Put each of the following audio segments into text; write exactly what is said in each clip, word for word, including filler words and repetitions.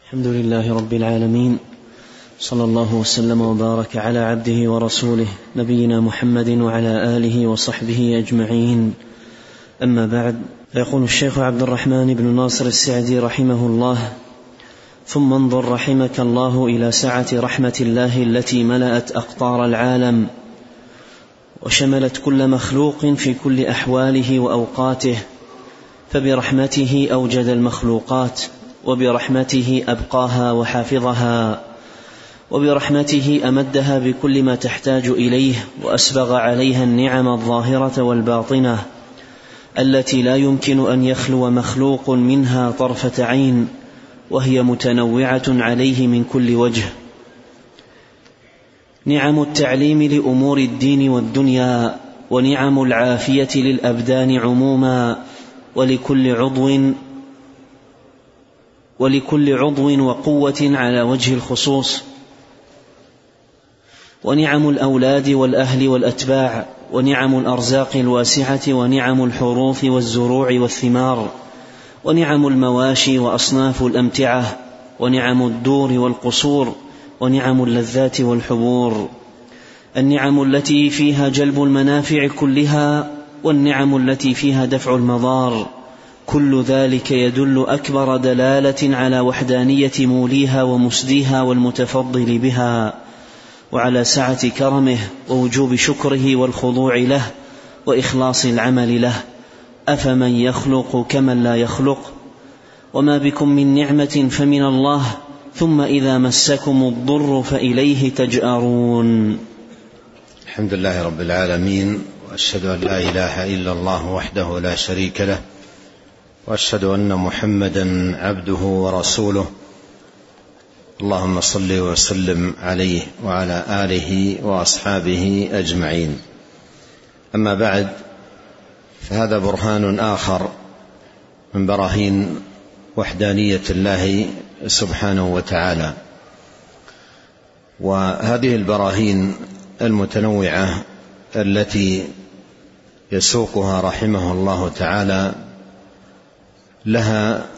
الحمد لله رب العالمين، صلى الله وسلم وبارك على عبده ورسوله نبينا محمد وعلى آله وصحبه أجمعين. أما بعد، فيقول الشيخ عبد الرحمن بن ناصر السعدي رحمه الله: ثم انظر رحمك الله إلى سعة رحمة الله التي ملأت أقطار العالم وشملت كل مخلوق في كل أحواله وأوقاته، فبرحمته أوجد المخلوقات، وبرحمته أبقاها وحافظها، وبرحمته أمدها بكل ما تحتاج إليه، وأسبغ عليها النعم الظاهرة والباطنة التي لا يمكن أن يخلو مخلوق منها طرفة عين، وهي متنوعة عليه من كل وجه. نعم التعليم لأمور الدين والدنيا، ونعم العافية للأبدان عموما، ولكل عضو ولكل عضو وقوة على وجه الخصوص، ونعم الأولاد والأهل والأتباع، ونعم الأرزاق الواسعة، ونعم الحروث والزروع والثمار، ونعم المواشي وأصناف الأمتعة، ونعم الدور والقصور، ونعم اللذات والحبور، النعم التي فيها جلب المنافع كلها، والنعم التي فيها دفع المضار، كل ذلك يدل أكبر دلالة على وحدانية موليها ومسديها والمتفضل بها، وعلى سعة كرمه ووجوب شكره والخضوع له وإخلاص العمل له. أفمن يخلق كمن لا يخلق؟ وما بكم من نعمة فمن الله، ثم إذا مسكم الضر فإليه تجأرون. الحمد لله رب العالمين، وأشهد أن لا إله إلا الله وحده لا شريك له، وأشهد أن محمدا عبده ورسوله. اللهم صل وسلم عليه وعلى آله وأصحابه أجمعين. أما بعد، فهذا برهان آخر من براهين وحدانية الله سبحانه وتعالى، وهذه البراهين المتنوعة التي يسوقها رحمه الله تعالى لها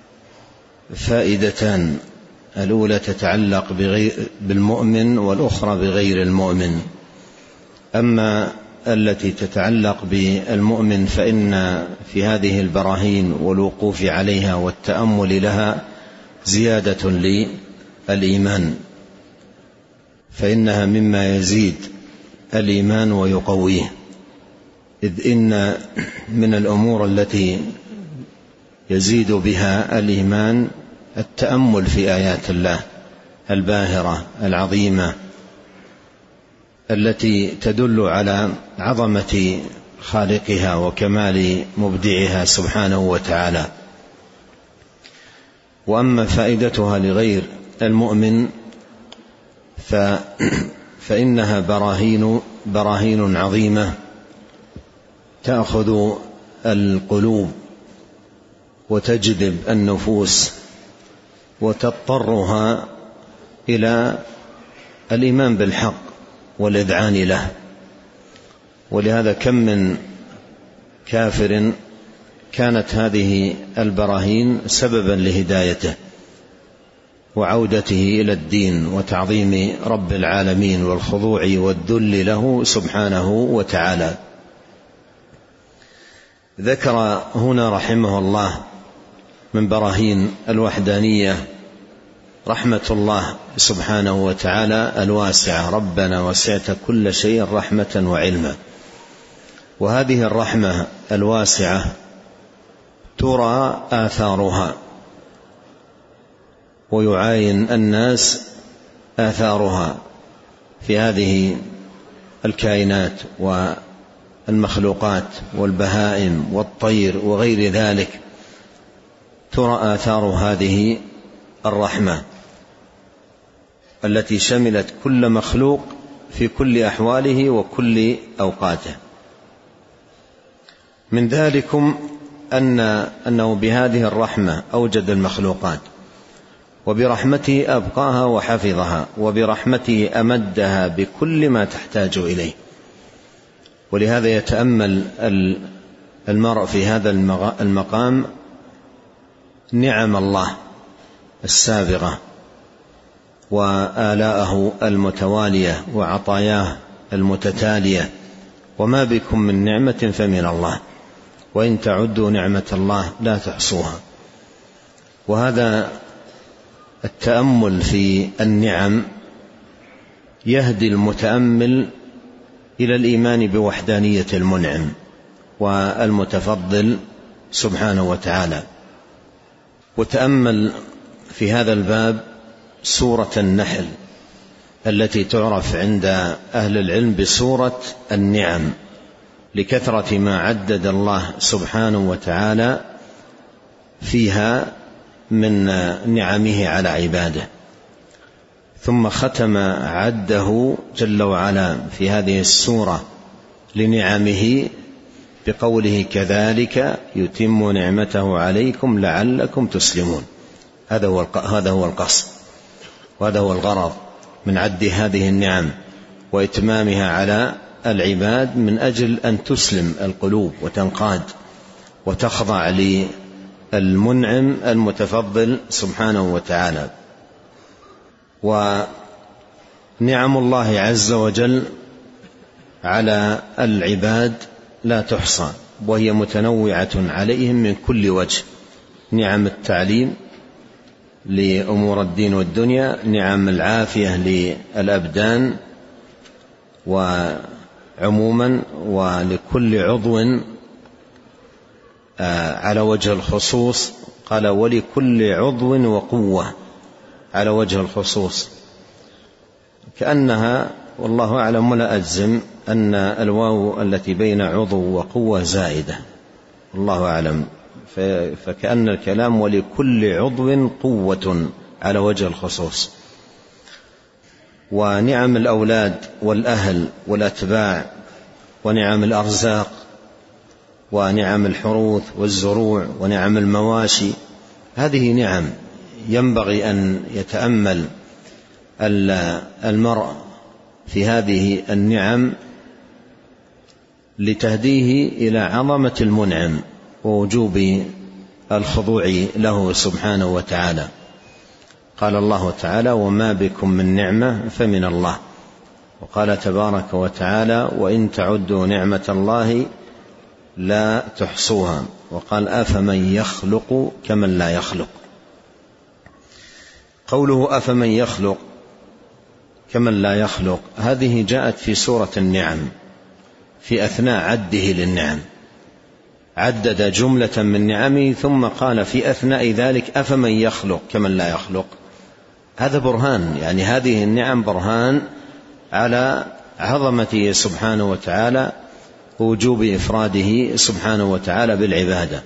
فائدتان: الأولى تتعلق بالمؤمن، والأخرى بغير المؤمن. أما التي تتعلق بالمؤمن فإن في هذه البراهين والوقوف عليها والتأمل لها زيادة للإيمان، فإنها مما يزيد الإيمان ويقويه، إذ إن من الأمور التي يزيد بها الإيمان التأمل في آيات الله الباهرة العظيمة التي تدل على عظمة خالقها وكمال مبدعها سبحانه وتعالى. وأما فائدتها لغير المؤمن ف... فإنها براهين براهين عظيمة تأخذ القلوب وتجذب النفوس وتضطرها إلى الإيمان بالحق والإذعان له. ولهذا كم من كافر كانت هذه البراهين سببا لهدايته وعودته إلى الدين وتعظيم رب العالمين والخضوع والذل له سبحانه وتعالى. ذكر هنا رحمه الله من براهين الوحدانية رحمة الله سبحانه وتعالى الواسعة: ربنا وسعت كل شيء رحمة وعلما. وهذه الرحمة الواسعة ترى آثارها، ويعاين الناس آثارها في هذه الكائنات والمخلوقات والبهائم والطير وغير ذلك، ترى آثار هذه الرحمة التي شملت كل مخلوق في كل أحواله وكل أوقاته. من ذلكم أن أنه بهذه الرحمة أوجد المخلوقات، وبرحمته أبقاها وحفظها، وبرحمته أمدها بكل ما تحتاج إليه. ولهذا يتأمل المرء في هذا المقام نعم الله السابغة وآلاءه المتوالية وعطاياه المتتالية. وما بكم من نعمة فمن الله وإن تعدوا نعمة الله لا تحصوها. وهذا التأمل في النعم يهدي المتأمل إلى الإيمان بوحدانية المنعم والمتفضل سبحانه وتعالى. وتأمل في هذا الباب سورة النحل التي تعرف عند أهل العلم بسورة النعم لكثرة ما عدد الله سبحانه وتعالى فيها من نعمه على عباده. ثم ختم عده جل وعلا في هذه السورة لنعمه بقوله كذلك يتم نعمته عليكم لعلكم تسلمون. هذا هو هذا هو القصد وهذا هو الغرض من عد هذه النعم وإتمامها على العباد من أجل أن تسلم القلوب وتنقاد وتخضع للمنعم المتفضل سبحانه وتعالى. ونعم الله عز وجل على العباد لا تحصى وهي متنوعة عليهم من كل وجه. نعم التعليم لأمور الدين والدنيا، نعم العافية للأبدان وعموما ولكل عضو على وجه الخصوص. قال ولكل عضو وقوة على وجه الخصوص، كأنها والله أعلم ولا أجزم أن الواو التي بين عضو وقوة زائدة، الله أعلم، فكأن الكلام ولكل عضو قوة على وجه الخصوص. ونعم الأولاد والأهل والأتباع ونعم الأرزاق ونعم الحروث والزروع ونعم المواشي، هذه نعم ينبغي أن يتأمل المرء في هذه النعم لتهديه إلى عظمة المنعم ووجوب الخضوع له سبحانه وتعالى. قال الله تعالى وما بكم من نعمة فمن الله. وقال تبارك وتعالى وإن تعدوا نعمة الله لا تحصوها. وقال أفمن يخلق كمن لا يخلق. قوله أفمن يخلق كمن لا يخلق هذه جاءت في سورة النعم في أثناء عده للنعم، عدد جملة من نعمه ثم قال في أثناء ذلك أفمن يخلق كمن لا يخلق. هذا برهان، يعني هذه النعم برهان على عظمته سبحانه وتعالى ووجوب إفراده سبحانه وتعالى بالعبادة.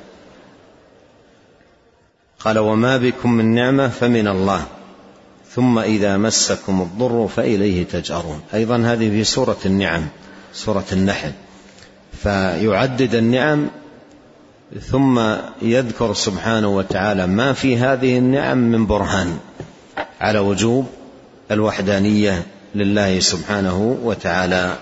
قال وما بكم من نعمة فمن الله ثم إذا مسكم الضر فإليه تجأرون. أيضا هذه في سورة النعم سورة النحل، فيعدد النعم ثم يذكر سبحانه وتعالى ما في هذه النعم من برهان على وجوب الوحدانية لله سبحانه وتعالى.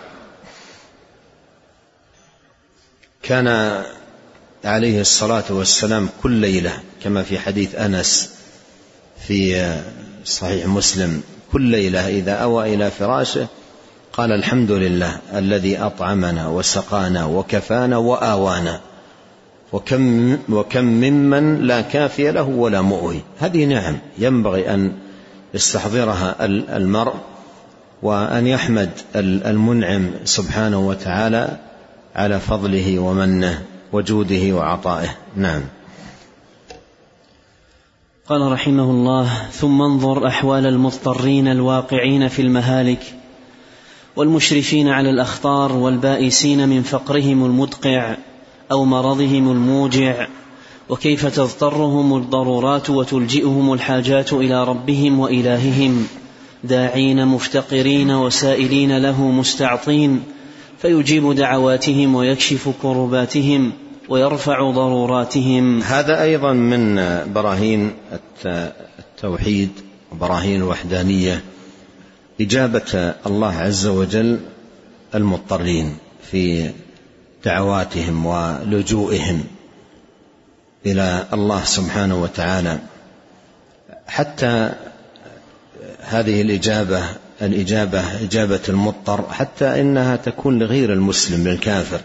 كان عليه الصلاة والسلام كل ليلة كما في حديث أنس في صحيح مسلم كل ليلة إذا أوى إلى فراشه قال الحمد لله الذي أطعمنا وسقانا وكفانا وآوانا وكم, وكم ممن لا كافي له ولا مؤوي. هذه نعم ينبغي أن يستحضرها المرء وأن يحمد المنعم سبحانه وتعالى على فضله ومنه وجوده وعطائه. نعم. قال رحمه الله ثم انظر أحوال المضطرين الواقعين في المهالك والمشرفين على الأخطار والبائسين من فقرهم المدقع أو مرضهم الموجع، وكيف تضطرهم الضرورات وتلجئهم الحاجات إلى ربهم وإلههم داعين مفتقرين وسائلين له مستعطين، فيجيب دعواتهم ويكشف كرباتهم ويرفع ضروراتهم. هذا أيضا من براهين التوحيد وبراهين الوحدانية إجابة الله عز وجل المضطرين في دعواتهم ولجوئهم إلى الله سبحانه وتعالى. حتى هذه الإجابة الإجابة إجابة المضطر حتى إنها تكون لغير المسلم للكافر.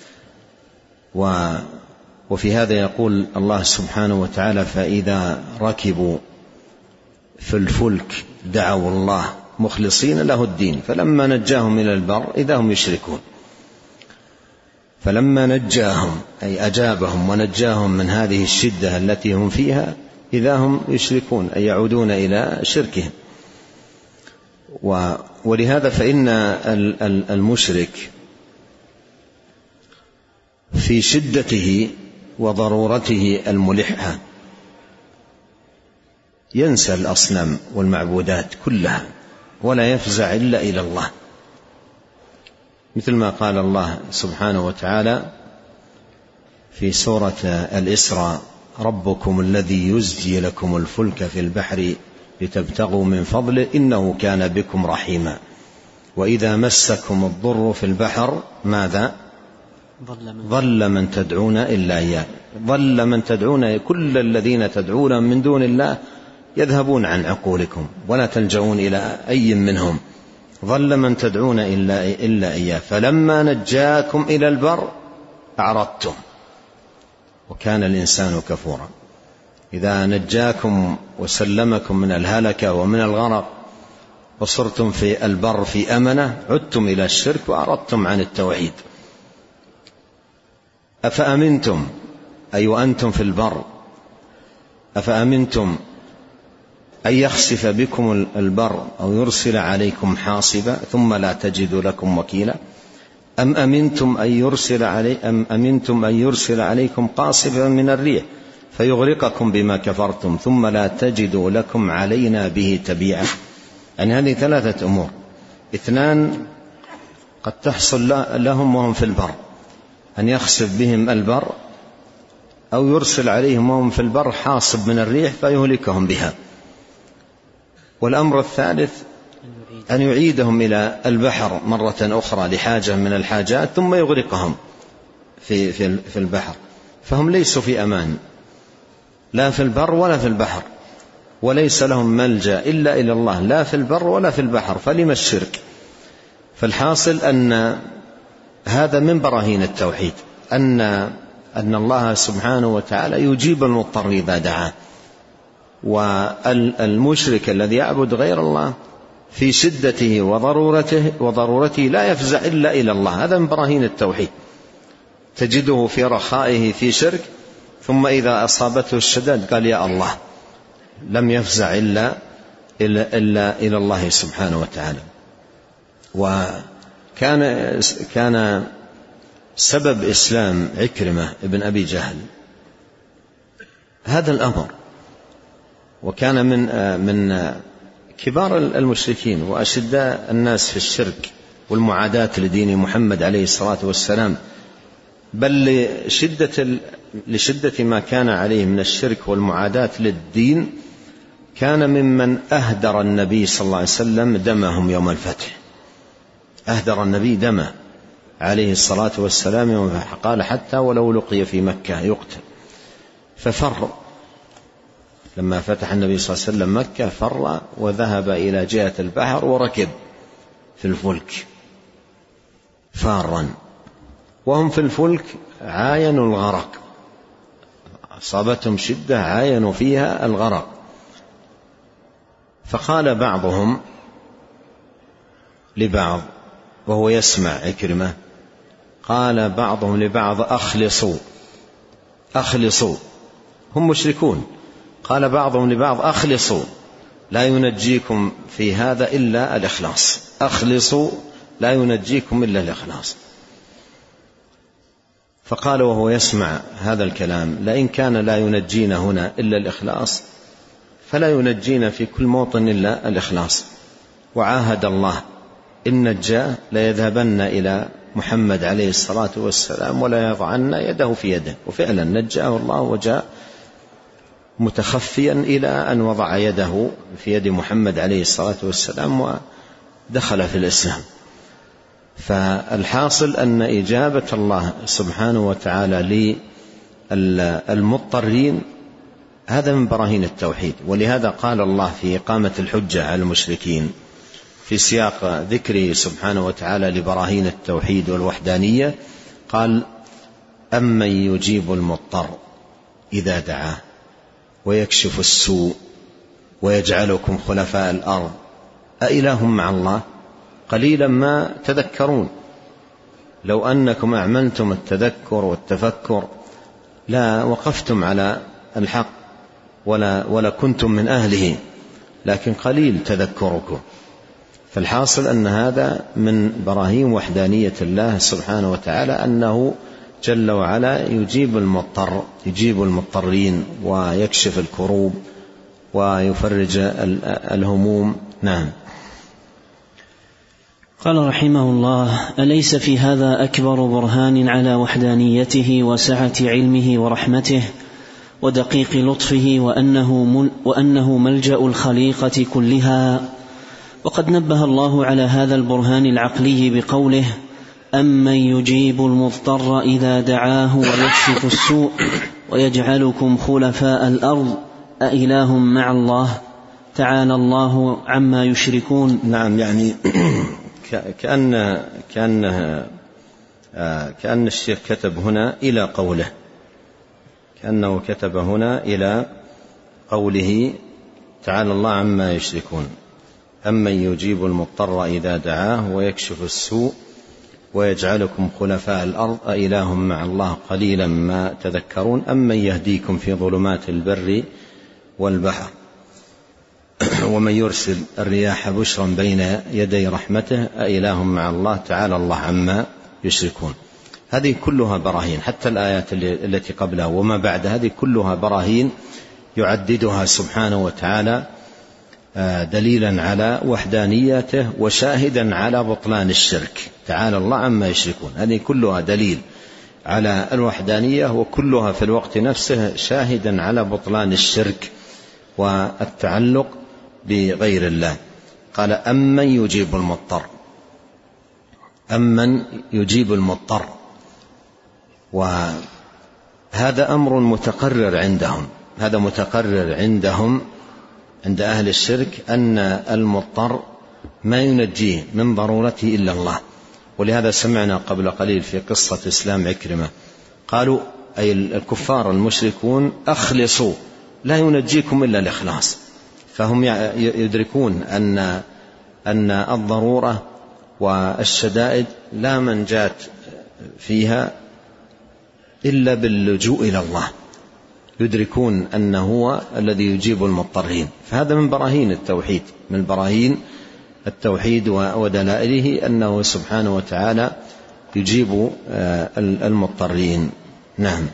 وفي هذا يقول الله سبحانه وتعالى: فإذا ركبوا في الفلك دعوا الله مخلصين له الدين فلما نجاهم إلى البر إذا هم يشركون. فلما نجاهم أي أجابهم ونجاهم من هذه الشدة التي هم فيها إذا هم يشركون أي يعودون إلى شركهم. ولهذا فإن المشرك في شدته وضرورته الملحة ينسى الأصنام والمعبودات كلها ولا يفزع إلا إلى الله، مثل ما قال الله سبحانه وتعالى في سورة الإسراء: ربكم الذي يزجي لكم الفلك في البحر لتبتغوا من فضله إنه كان بكم رحيما وإذا مسكم الضر في البحر ماذا؟ ظل من تدعون إلا إياه. ظل من تدعون، كل الذين تدعون من دون الله يذهبون عن عقولكم ولا تلجؤون إلى أي منهم. ظل من تدعون إلا, إلا إياه فلما نجاكم إلى البر أعرضتم وكان الإنسان كفورا. إذا نجاكم وسلمكم من الهلكة ومن الغرق وصرتم في البر في أمنة عدتم إلى الشرك وأعرضتم عن التوحيد. أفأمنتم أي وأنتم في البر أفأمنتم أن يخسف بكم البر أو يرسل عليكم حاصبا ثم لا تجدوا لكم وكيلا أم أمنتم أن يرسل, علي أم أمنتم أن يرسل عليكم قاصفا من الريح فيغرقكم بما كفرتم ثم لا تجدوا لكم علينا به تبيعا. يعني هذه ثلاثة أمور: اثنان قد تحصل لهم وهم في البر، أن يخسف بهم البر أو يرسل عليهم وهم في البر حاصب من الريح فيهلكهم بها. والأمر الثالث أن يعيدهم إلى البحر مرة أخرى لحاجة من الحاجات ثم يغرقهم في, في, في البحر. فهم ليسوا في أمان لا في البر ولا في البحر، وليس لهم ملجأ إلا إلى الله لا في البر ولا في البحر، فلم الشرك؟ فالحاصل أن هذا من براهين التوحيد، أن, أن الله سبحانه وتعالى يجيب المضطر إذا دعاه. والمشرك الذي يعبد غير الله في شدته وضرورته, وضرورته لا يفزع إلا إلى الله. هذا من براهين التوحيد. تجده في رخائه في شرك ثم إذا أصابته الشدائد قال يا الله، لم يفزع إلا إلا, إلا إلى الله سبحانه وتعالى. وكان كان سبب إسلام عكرمة ابن أبي جهل هذا الأمر، وكان من من كبار المشركين وأشداء الناس في الشرك والمعاداة لدين محمد عليه الصلاة والسلام، بل لشدة لشدة ما كان عليه من الشرك والمعاداة للدين كان ممن أهدر النبي صلى الله عليه وسلم دمهم يوم الفتح. أهدر النبي دمه عليه الصلاة والسلام، قال حتى ولو لقي في مكة يقتل. ففر لما فتح النبي صلى الله عليه وسلم مكة، فر وذهب إلى جهة البحر وركب في الفلك فارا، وهم في الفلك عاينوا الغرق، أصابتهم شدة عاينوا فيها الغرق. فقال بعضهم لبعض وهو يسمع عكرمة، قال بعضهم لبعض أخلصوا أخلصوا، هم مشركون، قال بعضهم لبعض أخلصوا لا ينجيكم في هذا إلا الإخلاص، أخلصوا لا ينجيكم إلا الإخلاص. فقال وهو يسمع هذا الكلام لئن كان لا ينجينا هنا إلا الإخلاص فلا ينجينا في كل موطن إلا الإخلاص. وعاهد الله إن نجاه ليذهبن إلى محمد عليه الصلاة والسلام ولا يضعن يده في يده، وفعلا نجاه الله وجاء متخفيا إلى أن وضع يده في يد محمد عليه الصلاة والسلام ودخل في الإسلام. فالحاصل أن إجابة الله سبحانه وتعالى للمضطرين هذا من براهين التوحيد. ولهذا قال الله في إقامة الحجة على المشركين في سياق ذكره سبحانه وتعالى لبراهين التوحيد والوحدانية، قال: أمن يجيب المضطر إذا دعاه ويكشف السوء ويجعلكم خلفاء الأرض أإله مع الله قليلا ما تذكرون. لو أنكم أعملتم التذكر والتفكر لا وقفتم على الحق ولا, ولا كنتم من أهله، لكن قليل تذكركم. فالحاصل أن هذا من براهين وحدانية الله سبحانه وتعالى، أنه جل وعلا يجيب المضطر، يجيب المضطرين ويكشف الكروب ويفرج الهموم. نعم. قال رحمه الله: أليس في هذا أكبر برهان على وحدانيته وسعة علمه ورحمته ودقيق لطفه وأنه, مل وأنه ملجأ الخليقة كلها؟ وقد نبه الله على هذا البرهان العقلي بقوله: أمن يجيب المضطر إذا دعاه ويكشف السوء ويجعلكم خلفاء الأرض أإله مع الله تعالى الله عما يشركون. نعم، يعني كأن كأن كأن الشيخ كتب هنا إلى قوله، كأنه كتب هنا إلى قوله تعالى الله عما يشركون. أمن يجيب المضطر إذا دعاه ويكشف السوء ويجعلكم خلفاء الأرض أإله مع الله قليلا ما تذكرون. أمن يهديكم في ظلمات البر والبحر ومن يرسل الرياح بشرا بين يدي رحمته أإله مع الله تعالى الله عما يشركون. هذه كلها براهين، حتى الآيات التي قبلها وما بعد هذه كلها براهين يعددها سبحانه وتعالى دليلا على وحدانيته وشاهدا على بطلان الشرك. تعالى الله عما يشركون، هذه كلها دليل على الوحدانية، وكلها في الوقت نفسه شاهدا على بطلان الشرك والتعلق بغير الله. قال: أمن يجيب المضطر، أمن يجيب المضطر، وهذا أمر متقرر عندهم، هذا متقرر عندهم عند أهل الشرك، أن المضطر ما ينجيه من ضرورته إلا الله. ولهذا سمعنا قبل قليل في قصة إسلام عكرمة، قالوا أي الكفار المشركون: أخلصوا لا ينجيكم إلا الإخلاص. فهم يدركون أن أن الضرورة والشدائد لا منجاة فيها إلا باللجوء إلى الله، يدركون أنه هو الذي يجيب المضطرين. فهذا من براهين التوحيد، من براهين التوحيد ودلائله أنه سبحانه وتعالى يجيب المضطرين. نعم.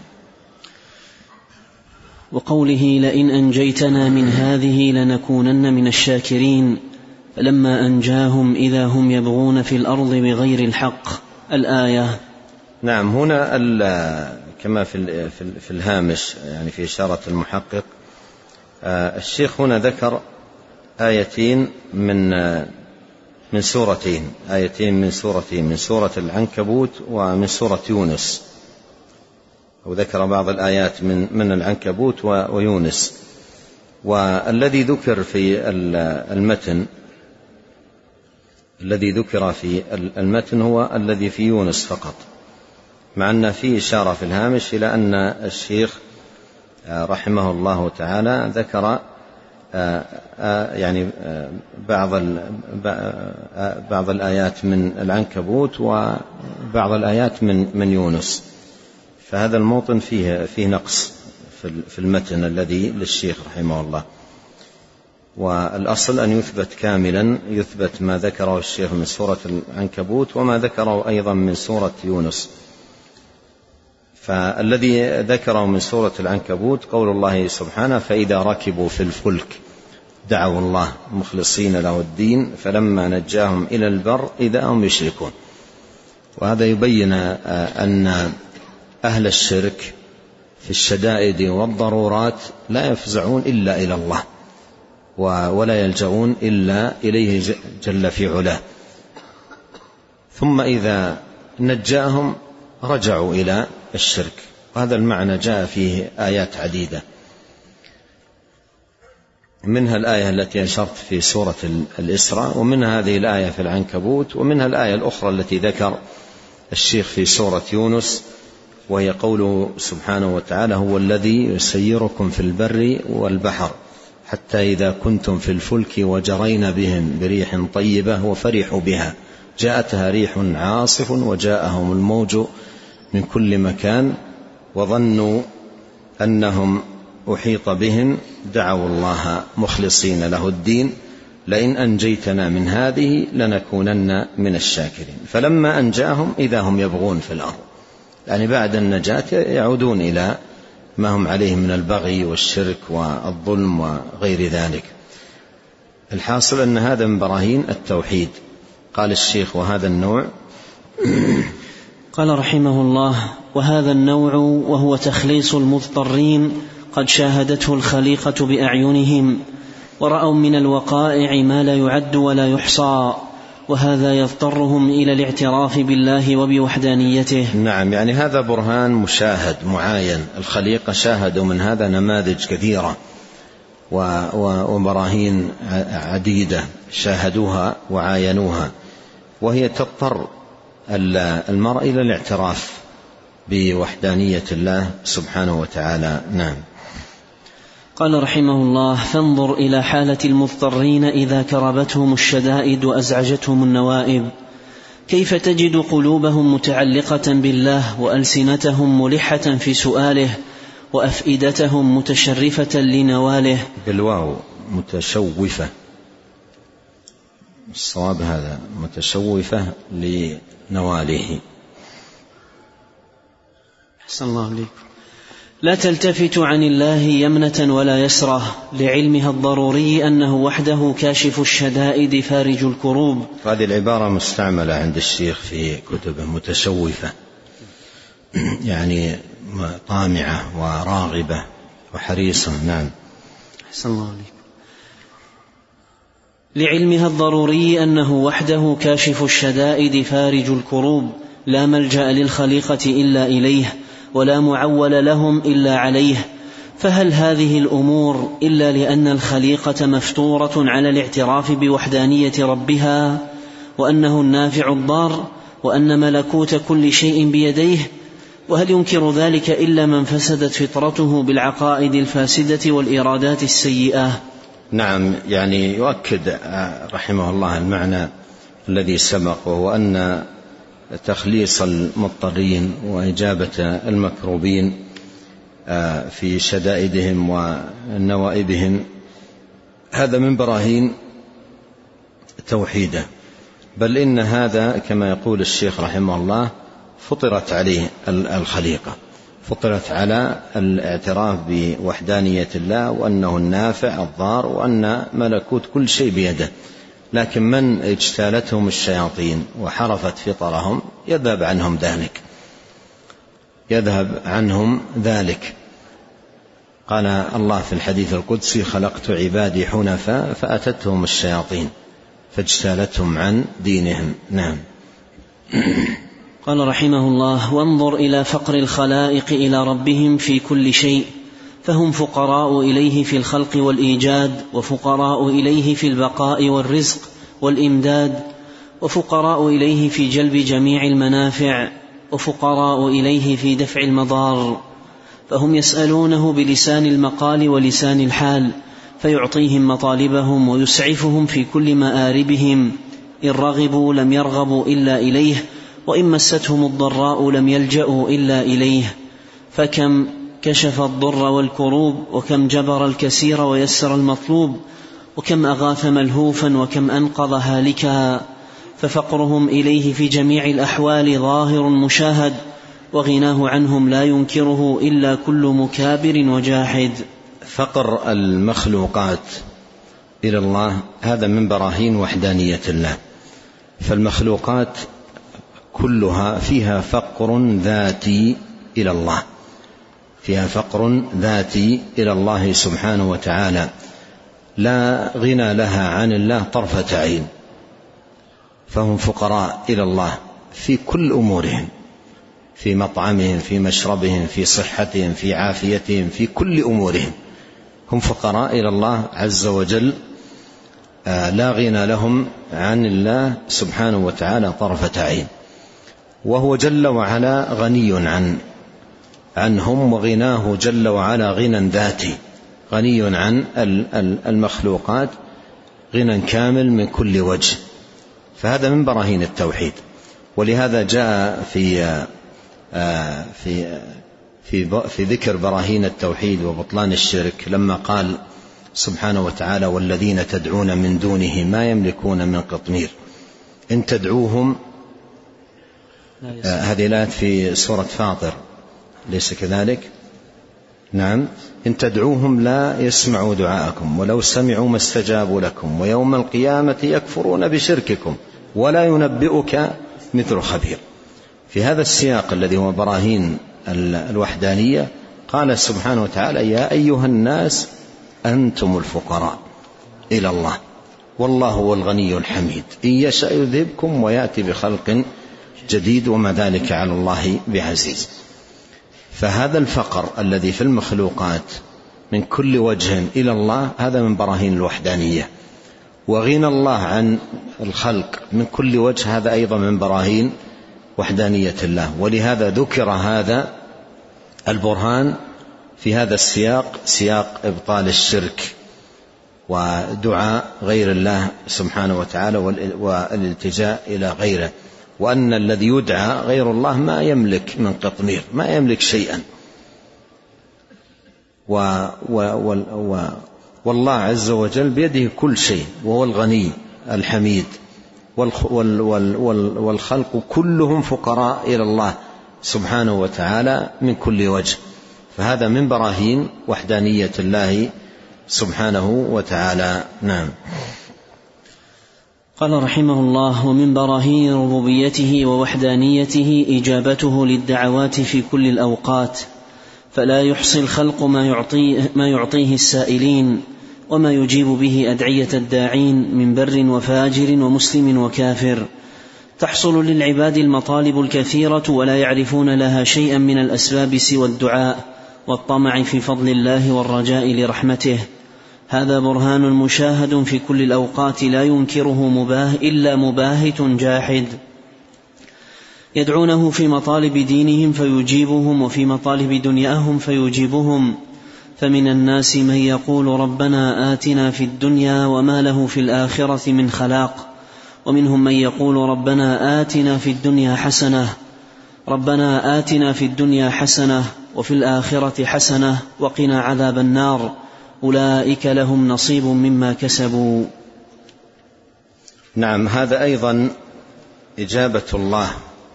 وقوله: لئن أنجيتنا من هذه لنكونن من الشاكرين، فلما أنجاهم إذا هم يبغون في الأرض بغير الحق. الآية. نعم، هنا كما في في الهامش، يعني في إشارة المحقق، الشيخ هنا ذكر آيتين من من سورتين، آيتين من سورتين، من سورة العنكبوت ومن سورة يونس، وذكر بعض الآيات من من العنكبوت ويونس. والذي ذكر في المتن الذي ذكر في المتن هو الذي في يونس فقط، مع أن فيه إشارة في الهامش إلى أن الشيخ رحمه الله تعالى ذكر يعني بعض بعض الآيات من العنكبوت وبعض الآيات من من يونس. فهذا الموطن فيه فيه نقص في المتن الذي للشيخ رحمه الله، والأصل أن يثبت كاملا، يثبت ما ذكره الشيخ من سورة العنكبوت وما ذكره أيضا من سورة يونس. فالذي ذكره من سورة العنكبوت قول الله سبحانه: فإذا ركبوا في الفلك دعوا الله مخلصين له الدين فلما نجاهم إلى البر إذا هم يشركون. وهذا يبين أن أهل الشرك في الشدائد والضرورات لا يفزعون إلا إلى الله، ولا يلجؤون إلا إليه جل في علاه، ثم إذا نجاهم رجعوا إلى الشرك. وهذا المعنى جاء فيه آيات عديدة. منها الآية التي أشرت في سورة الإسراء، ومنها هذه الآية في العنكبوت، ومنها الآية الأخرى التي ذكر الشيخ في سورة يونس، وهي قوله سبحانه وتعالى: هو الذي يسيركم في البر والبحر حتى إذا كنتم في الفلك وجرين بهم بريح طيبة وفرحوا بها جاءتها ريح عاصف وجاءهم الموج من كل مكان وظنوا أنهم أحيط بهم دعوا الله مخلصين له الدين لئن أنجيتنا من هذه لنكونن من الشاكرين. فلما أنجاهم إذا هم يبغون في الأرض، يعني بعد النجاة يعودون إلى ما هم عليه من البغي والشرك والظلم وغير ذلك. الحاصل أن هذا من براهين التوحيد. قال الشيخ: وهذا النوع قال رحمه الله: وهذا النوع وهو تخليص المضطرين قد شاهدته الخليقة بأعينهم ورأوا من الوقائع ما لا يعد ولا يحصى، وهذا يضطرهم إلى الاعتراف بالله وبوحدانيته. نعم، يعني هذا برهان مشاهد معاين، الخليقة شاهدوا من هذا نماذج كثيرة وبراهين عديدة شاهدوها وعاينوها، وهي تضطر المرء إلى الاعتراف بوحدانية الله سبحانه وتعالى. نعم. قال رحمه الله: فانظر إلى حالة المضطرين إذا كربتهم الشدائد وأزعجتهم النوائب، كيف تجد قلوبهم متعلقة بالله وألسنتهم ملحة في سؤاله وأفئدتهم متشرفة لنواله. بالواو متشوفة، الصواب هذا، متشوفة لنواله. أحسن الله عليكم. لا تلتفت عن الله يمنة ولا يسرة، لعلمها الضروري أنه وحده كاشف الشدائد فارج الكروب. هذه العبارة مستعملة عند الشيخ في كتبه، متشوفة يعني طامعة وراغبة وحريصة. نعم. أحسن الله عليكم. لعلمها الضروري أنه وحده كاشف الشدائد فارج الكروب، لا ملجأ للخليقة إلا إليه، ولا معول لهم إلا عليه. فهل هذه الأمور إلا لأن الخليقة مفطورة على الاعتراف بوحدانية ربها، وأنه النافع الضار، وأن ملكوت كل شيء بيديه؟ وهل ينكر ذلك إلا من فسدت فطرته بالعقائد الفاسدة والإرادات السيئة؟ نعم، يعني يؤكد رحمه الله المعنى الذي سبق، وهو أن تخليص المضطرين وإجابة المكروبين في شدائدهم ونوائبهم هذا من براهين توحيده، بل إن هذا كما يقول الشيخ رحمه الله فطرت عليه الخليقة، فطرت على الاعتراف بوحدانية الله وأنه النافع الضار وأن ملكوت كل شيء بيده. لكن من اجتالتهم الشياطين وحرفت فطرهم يذهب عنهم ذلك، يذهب عنهم ذلك. قال الله في الحديث القدسي: خلقت عبادي حنفاء فأتتهم الشياطين فاجتالتهم عن دينهم. نعم. قال رحمه الله: وانظر إلى فقر الخلائق إلى ربهم في كل شيء، فهم فقراء إليه في الخلق والإيجاد، وفقراء إليه في البقاء والرزق والإمداد، وفقراء إليه في جلب جميع المنافع، وفقراء إليه في دفع المضار. فهم يسألونه بلسان المقال ولسان الحال، فيعطيهم مطالبهم ويسعفهم في كل مآربهم. إن رغبوا لم يرغبوا إلا إليه، وإن مستهم الضراء لم يلجأوا إلا إليه. فكم كشف الضر والكروب، وكم جبر الكثير ويسر المطلوب، وكم أغاث ملهوفا، وكم أنقذ هالكا. ففقرهم إليه في جميع الأحوال ظاهر مشاهد، وغناه عنهم لا ينكره إلا كل مكابر وجاحد. فقر المخلوقات إلى الله هذا من براهين وحدانية الله، فالمخلوقات كلها فيها فقر ذاتي إلى الله، فيها فقر ذاتي إلى الله سبحانه وتعالى، لا غنى لها عن الله طرفة عين. فهم فقراء إلى الله في كل أمورهم، في مطعمهم، في مشربهم، في صحتهم، في عافيتهم، في كل أمورهم هم فقراء إلى الله عز وجل، لا غنى لهم عن الله سبحانه وتعالى طرفة عين، وهو جل وعلا غني عن عنهم، وغناه جل وعلا غنى ذاتي، غني عن المخلوقات غنى كامل من كل وجه. فهذا من براهين التوحيد. ولهذا جاء في في في في ذكر براهين التوحيد وبطلان الشرك لما قال سبحانه وتعالى: والذين تدعون من دونه ما يملكون من قطمير إن تدعوهم. هذه الآية في سورة فاطر، ليس كذلك؟ نعم. إن تدعوهم لا يسمعوا دعاءكم ولو سمعوا ما استجابوا لكم ويوم القيامة يكفرون بشرككم ولا ينبئك مثل خبير. في هذا السياق الذي هو براهين الوحدانية قال سبحانه وتعالى: يا أيها الناس أنتم الفقراء إلى الله والله هو الغني الحميد إن يشاء يذهبكم ويأتي بخلق جديد وما ذلك على الله بعزيز. فهذا الفقر الذي في المخلوقات من كل وجه إلى الله هذا من براهين الوحدانية، وغنى الله عن الخلق من كل وجه هذا أيضا من براهين وحدانية الله. ولهذا ذكر هذا البرهان في هذا السياق، سياق إبطال الشرك ودعاء غير الله سبحانه وتعالى والالتجاء إلى غيره، وأن الذي يدعى غير الله ما يملك من قطمير، ما يملك شيئا. و و و والله عز وجل بيده كل شيء، وهو الغني الحميد، والخلق كلهم فقراء إلى الله سبحانه وتعالى من كل وجه. فهذا من براهين وحدانية الله سبحانه وتعالى. نعم. قال رحمه الله: ومن براهين ربوبيته ووحدانيته إجابته للدعوات في كل الأوقات، فلا يحصي الخلق ما يعطيه, ما يعطيه السائلين وما يجيب به أدعية الداعين من بر وفاجر ومسلم وكافر. تحصل للعباد المطالب الكثيرة ولا يعرفون لها شيئا من الأسباب سوى الدعاء والطمع في فضل الله والرجاء لرحمته. هذا برهان مشاهد في كل الأوقات لا ينكره مباه إلا مباهت جاحد. يدعونه في مطالب دينهم فيجيبهم وفي مطالب دنياهم فيجيبهم. فمن الناس من يقول ربنا آتنا في الدنيا وما له في الآخرة من خلاق، ومنهم من يقول ربنا آتنا في الدنيا حسنة ربنا آتنا في الدنيا حسنة وفي الآخرة حسنة وقنا عذاب النار أولئك لهم نصيب مما كسبوا. نعم. هذا أيضا إجابة الله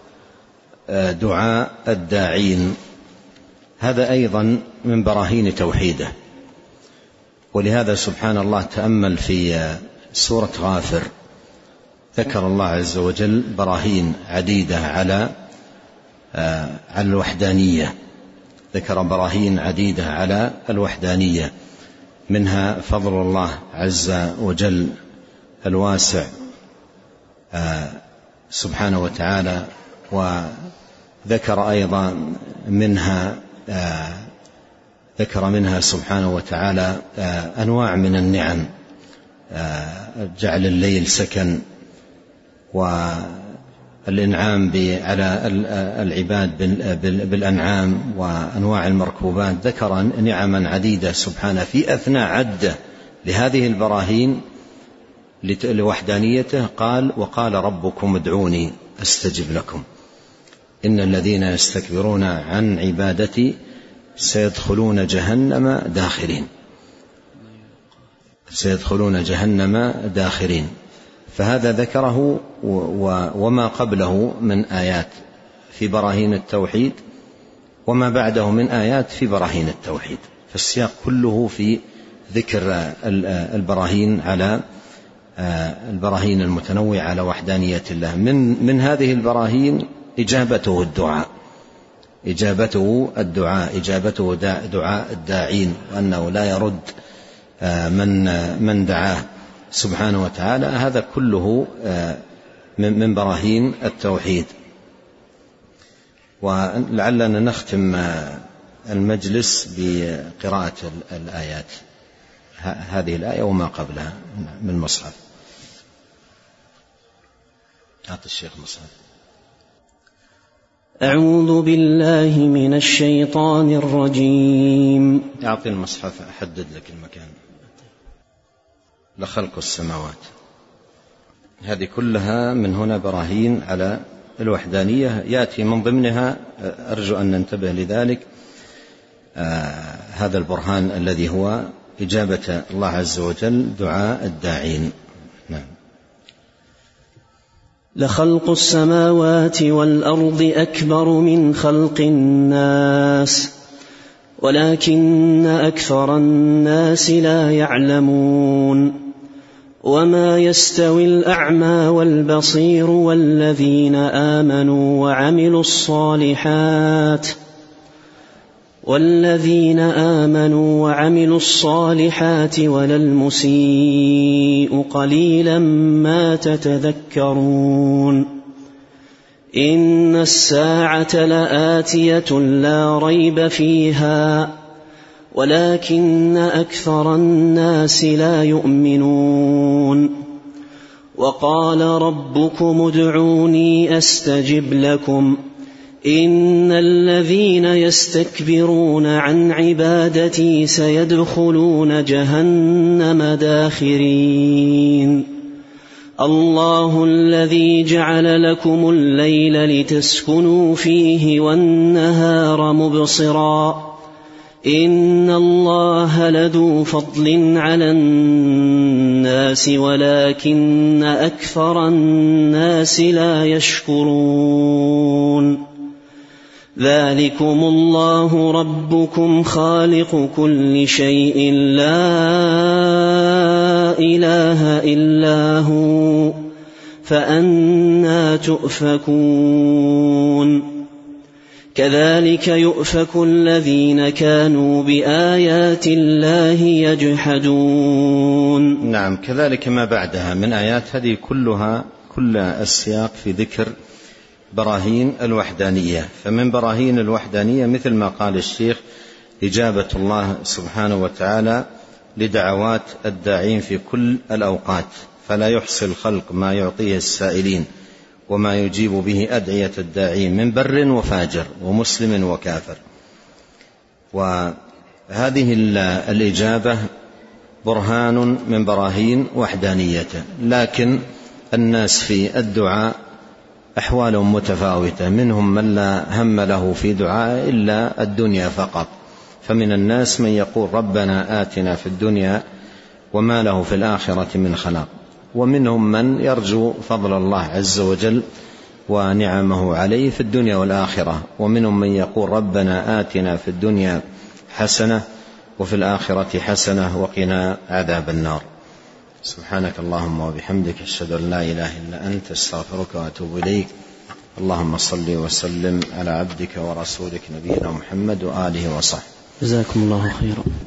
دعاء الداعين، هذا أيضا من براهين توحيده. ولهذا سبحان الله تأمل في سورة غافر، ذكر الله عز وجل براهين عديدة على على الوحدانية، ذكر براهين عديدة على الوحدانية، منها فضل الله عز وجل الواسع سبحانه وتعالى، وذكر أيضا منها ذكر منها سبحانه وتعالى أنواع من النعم، جعل الليل سكن، والإنعام على العباد بالأنعام وأنواع المركوبات. ذكر نعما عديدة سبحانه في أثناء عدة لهذه البراهين لوحدانيته. قال: وقال ربكم ادعوني أستجب لكم إن الذين يستكبرون عن عبادتي سيدخلون جهنم داخرين سيدخلون جهنم داخرين. فهذا ذكره وما قبله من آيات في براهين التوحيد، وما بعده من آيات في براهين التوحيد. فالسياق كله في ذكر البراهين على البراهين المتنوعة على وحدانية الله. من من هذه البراهين إجابته الدعاء إجابته الدعاء إجابته دعاء الداعين، وأنه لا يرد من من دعاه سبحانه وتعالى. هذا كله من براهين التوحيد. ولعلنا نختم المجلس بقراءة الآيات. هذه الآية وما قبلها من المصحف. أعطي الشيخ مصحف. أعوذ بالله من الشيطان الرجيم. أعطي المصحف أحدد لك المكان. لخلق السماوات، هذه كلها من هنا براهين على الوحدانية، يأتي من ضمنها، أرجو أن ننتبه لذلك، آه هذا البرهان الذي هو إجابة الله عز وجل دعاء الداعين. نعم. لخلق السماوات والأرض أكبر من خلق الناس ولكن أكثر الناس لا يعلمون. وما يستوي الأعمى والبصير والذين آمنوا وعملوا الصالحات والذين آمنوا وعملوا الصالحات ولا المسيء قليلا ما تتذكرون. إن الساعة لآتية لا ريب فيها ولكن أكثر الناس لا يؤمنون. وقال ربكم ادعوني أستجب لكم إن الذين يستكبرون عن عبادتي سيدخلون جهنم داخرين. الله الذي جعل لكم الليل لتسكنوا فيه والنهار مبصرا إن الله لذو فضل على الناس ولكن أكثر الناس لا يشكرون. ذلكم الله ربكم خالق كل شيء لا إله إلا هو فأنى تؤفكون. كذلك يؤفك الذين كانوا بآيات الله يجحدون. نعم، كذلك ما بعدها من آيات هذه كلها كل السياق في ذكر براهين الوحدانية. فمن براهين الوحدانية مثل ما قال الشيخ إجابة الله سبحانه وتعالى لدعوات الداعين في كل الأوقات، فلا يحصي الخلق ما يعطيه السائلين وما يجيب به أدعية الداعين من بر وفاجر ومسلم وكافر. وهذه الإجابة برهان من براهين وحدانيته، لكن الناس في الدعاء أحوالهم متفاوتة، منهم من لا هم له في دعاء إلا الدنيا فقط، فمن الناس من يقول ربنا آتنا في الدنيا وما له في الآخرة من خلاق، ومنهم من يرجو فضل الله عز وجل ونعمه عليه في الدنيا والآخرة، ومنهم من يقول ربنا آتنا في الدنيا حسنة وفي الآخرة حسنة وقنا عذاب النار. سبحانك اللهم وبحمدك أشهد أن لا إله إلا أنت أستغفرك وأتوب إليك. اللهم صل وسلم على عبدك ورسولك نبينا محمد وآله وصحبه. جزاكم الله خيرا.